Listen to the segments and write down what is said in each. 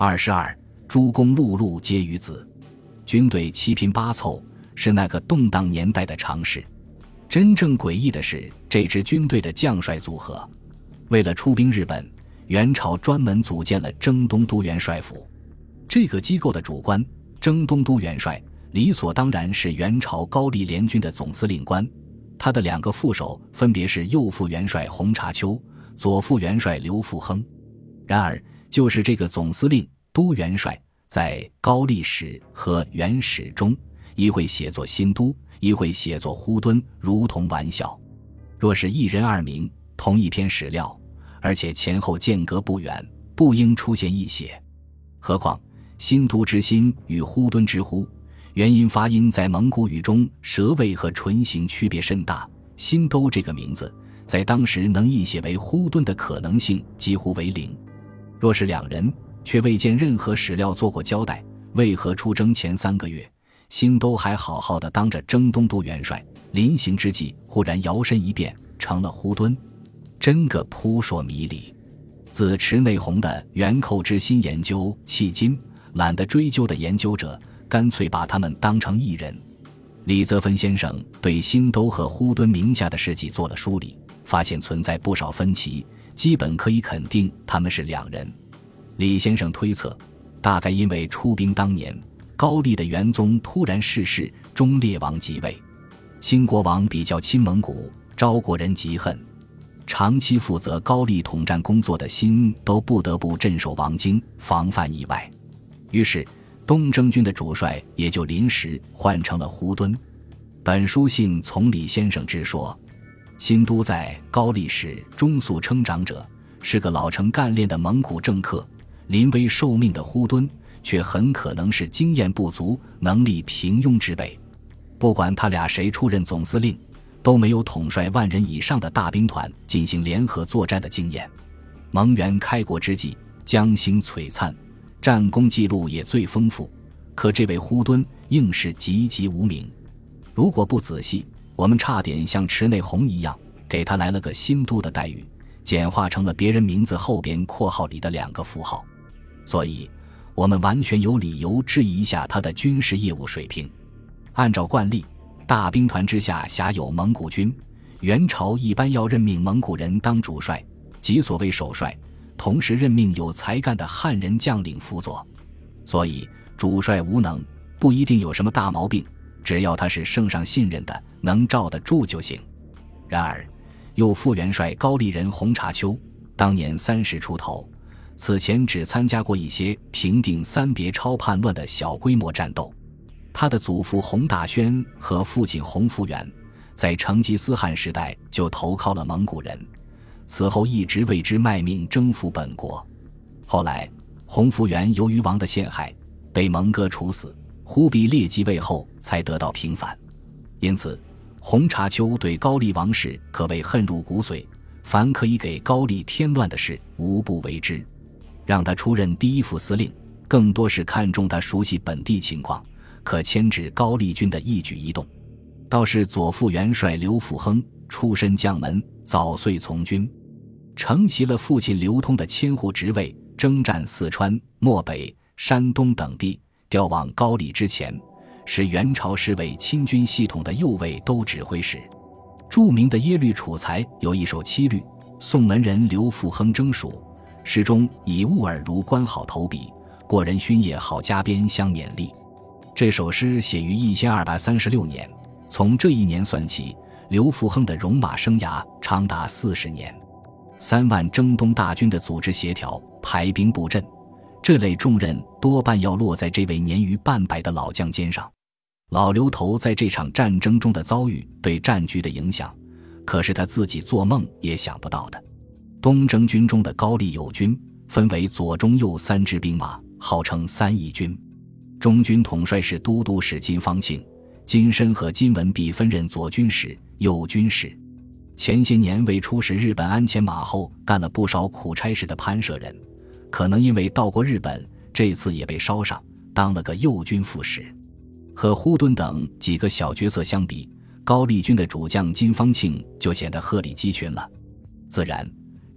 22诸公碌碌皆于子。军队七拼八凑是那个动荡年代的常事。真正诡异的是这支军队的将帅组合。为了出兵日本，元朝专门组建了征东都元帅府。这个机构的主官征东都元帅理所当然是元朝高丽联军的总司令官，他的2个副手分别是右副元帅洪察丘、左副元帅刘复亨。然而就是这个总司令都元帅在高丽史和元史中，一会写作新都，一会写作呼敦，如同玩笑。若是一人二名，同一篇史料，而且前后间隔不远，不应出现异写。何况新都之新与呼敦之呼，原因发音在蒙古语中舌位和唇形区别甚大，新都这个名字在当时能译写为呼敦的可能性几乎为零。若是2人，却未见任何史料做过交代，为何出征前3个月，新都还好好的当着征东都元帅，临行之际忽然摇身一变成了呼敦？真个扑朔迷离。自池内弘的《元寇之心研究》迄今，懒得追究的研究者干脆把他们当成一人。李泽藩先生对新都和呼敦名下的事迹做了梳理，发现存在不少分歧，基本可以肯定他们是2人。李先生推测，大概因为出兵当年，高丽的元宗突然逝世，忠烈王即位，新国王比较亲蒙古，招国人嫉恨，长期负责高丽统战工作的新都不得不镇守王京，防范意外。于是东征军的主帅也就临时换成了呼敦。本书信从李先生之说，新都在高丽史中素称长者，是个老成干练的蒙古政客，临危受命的呼敦却很可能是经验不足、能力平庸之辈。不管他俩谁出任总司令，都没有统帅10000人以上的大兵团进行联合作战的经验。蒙元开国之际，江兴璀璨，战功记录也最丰富，可这位呼敦硬是籍籍无名。如果不仔细，我们差点像池内弘一样，给他来了个新都的待遇，简化成了别人名字后边括号里的2个符号。所以我们完全有理由质疑一下他的军事业务水平。按照惯例，大兵团之下辖有蒙古军，元朝一般要任命蒙古人当主帅，即所谓首帅，同时任命有才干的汉人将领辅佐。所以主帅无能不一定有什么大毛病，只要他是圣上信任的，能罩得住就行。然而右副元帅高丽人洪察丘当年30出头，此前只参加过一些平定三别超叛乱的小规模战斗。他的祖父洪大轩和父亲洪福元在成吉思汗时代就投靠了蒙古人，此后一直为之卖命征服本国。后来洪福元由于王的陷害被蒙哥处死，忽必烈继位后才得到平反。因此洪察丘对高丽王室可谓恨入骨髓，凡可以给高丽添乱的事无不为之。让他出任第1副司令，更多是看重他熟悉本地情况，可牵制高丽军的一举一动。倒是左副元帅刘复亨出身将门，早岁从军，承袭了父亲刘通的千户职位，征战四川、漠北、山东等地，调往高丽之前，是元朝视为亲军系统的右卫都指挥使。著名的耶律楚材有一首七律，宋门人刘复亨征蜀，诗中以悟尔如官好投笔，过人勋业好加鞭相勉励。这首诗写于1236年，从这一年算起，刘复亨的戎马生涯长达40年。3万征东大军的组织协调、排兵布阵，这类重任多半要落在这位年逾半百的老将肩上。老刘头在这场战争中的遭遇对战局的影响，可是他自己做梦也想不到的。东征军中的高丽友军分为左中右3支兵马，号称3义军。中军统帅是都督使金方庆，金申和金文弼分任左军使、右军使。前些年为出使日本鞍前马后干了不少苦差事的潘舍人，可能因为到过日本，这次也被捎上，当了个右军副使。和呼敦等几个小角色相比，高丽军的主将金方庆就显得鹤立鸡群了。自然，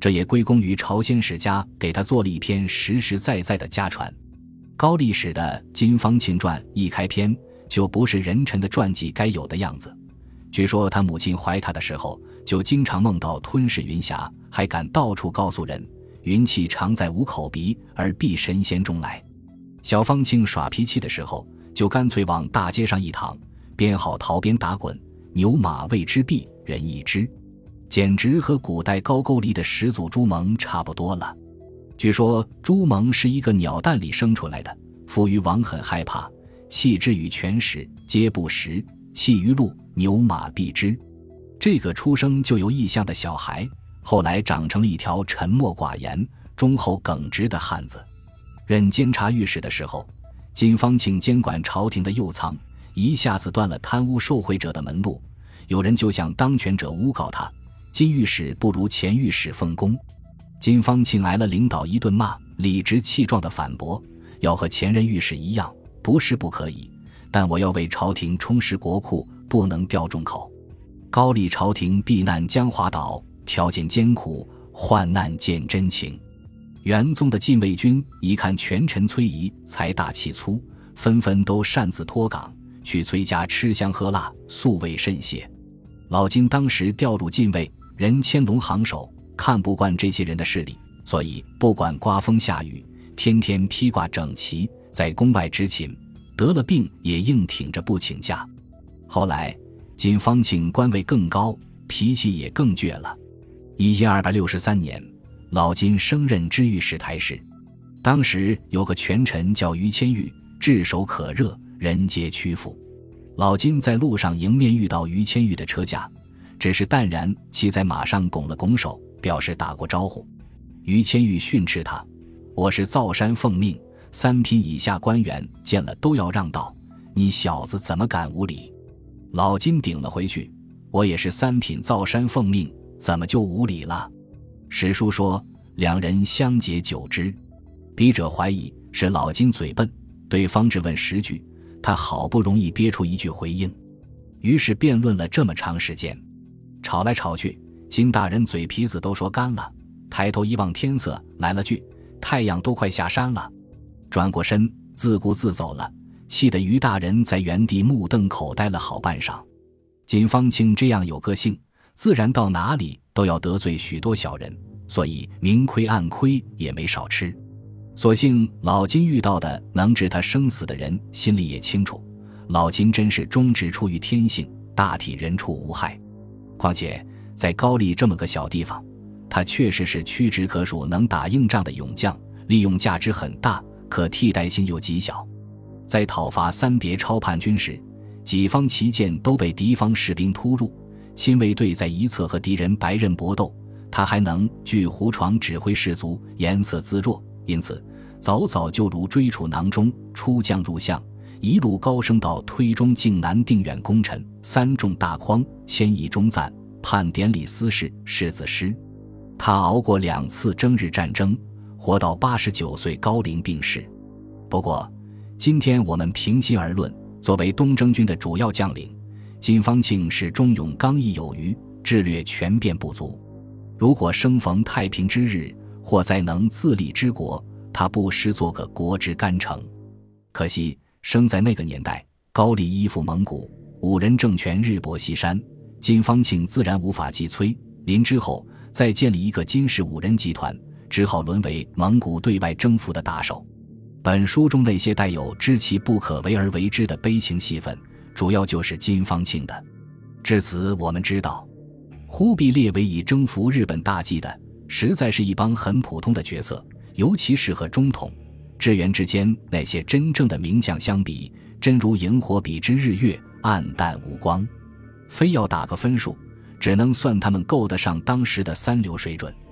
这也归功于朝鲜史家给他做了一篇实实在在的家传。高力士的《金方庆传》一开篇就不是人臣的传记该有的样子。据说他母亲怀他的时候，就经常梦到吞噬云霞，还敢到处告诉人，云气常在吾口鼻，而必神仙中来。小方庆耍脾气的时候，就干脆往大街上一躺，边好逃边打滚，牛马为之避，人亦知，简直和古代高句丽的始祖朱蒙差不多了。据说朱蒙是一个鸟蛋里生出来的，父于王很害怕，弃之于全食，皆不食，弃于鹿牛马避之。这个出生就有异象的小孩，后来长成了一条沉默寡言、忠厚耿直的汉子。任监察御史的时候，金方庆监管朝廷的右仓，一下子断了贪污受贿者的门路，有人就向当权者诬告他，金御史不如前御史奉公。金方庆挨了领导一顿骂，理直气壮地反驳，要和前任御史一样，不是不可以，但我要为朝廷充实国库，不能吊重口。高丽朝廷避难江华岛，条件艰苦，患难见真情。元宗的禁卫军一看权臣崔仪财大气粗，纷纷都擅自脱岗，去崔家吃香喝辣，素味甚谢。老金当时调入禁卫，任乾隆行首，看不惯这些人的势力，所以不管刮风下雨，天天披挂整齐，在宫外执勤，得了病也硬挺着不请假。后来金方庆官位更高，脾气也更倔了。1263年，老金升任知御史台事。当时有个权臣叫于谦玉，炙手可热，人皆屈服。老金在路上迎面遇到于谦玉的车驾，只是淡然骑在马上拱了拱手，表示打过招呼。于谦玉训斥他：我是造山奉命，3品以下官员见了都要让道，你小子怎么敢无礼？老金顶了回去：我也是3品造山奉命，怎么就无礼了？史书说两人相结久之，笔者怀疑是老金嘴笨，对方质问10句，他好不容易憋出一句回应。于是辩论了这么长时间，吵来吵去，金大人嘴皮子都说干了，抬头一望天色，来了句太阳都快下山了，转过身自顾自走了，气得于大人在原地目瞪口呆了好半晌。金方庆这样有个性，自然到哪里都要得罪许多小人，所以明亏暗亏也没少吃。所幸老金遇到的能治他生死的人心里也清楚，老金真是忠直出于天性，大体人畜无害。况且在高丽这么个小地方，他确实是屈指可数能打硬仗的勇将，利用价值很大，可替代性又极小。在讨伐3别超叛军时，几方旗舰都被敌方士兵突入，亲卫队在一侧和敌人白刃搏斗，他还能据胡床指挥士卒，颜色自若，因此早早就如追处囊中，出将入相，一路高升到推中靖难定远功臣，3中大匡，千益中赞，判典礼司事，世子师。他熬过2次征日战争，活到89岁高龄病逝。不过今天我们平心而论，作为东征军的主要将领，金方庆是忠勇刚毅有余，智略全变不足。如果生逢太平之日，或再能自立之国，他不失做个国之干城。可惜生在那个年代，高丽依附蒙古，五人政权日薄西山，金方庆自然无法继崔林之后再建立一个金氏5人集团，只好沦为蒙古对外征服的打手。本书中那些带有知其不可为而为之的悲情戏份，主要就是金方庆的。至此我们知道，忽必烈为以征服日本大计的，实在是一帮很普通的角色，尤其是和中统、支原之间那些真正的名将相比，真如萤火比之日月，暗淡无光。非要打个分数，只能算他们够得上当时的3流水准。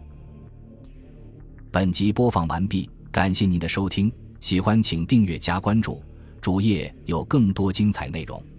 本集播放完毕，感谢您的收听，喜欢请订阅加关注，主页有更多精彩内容。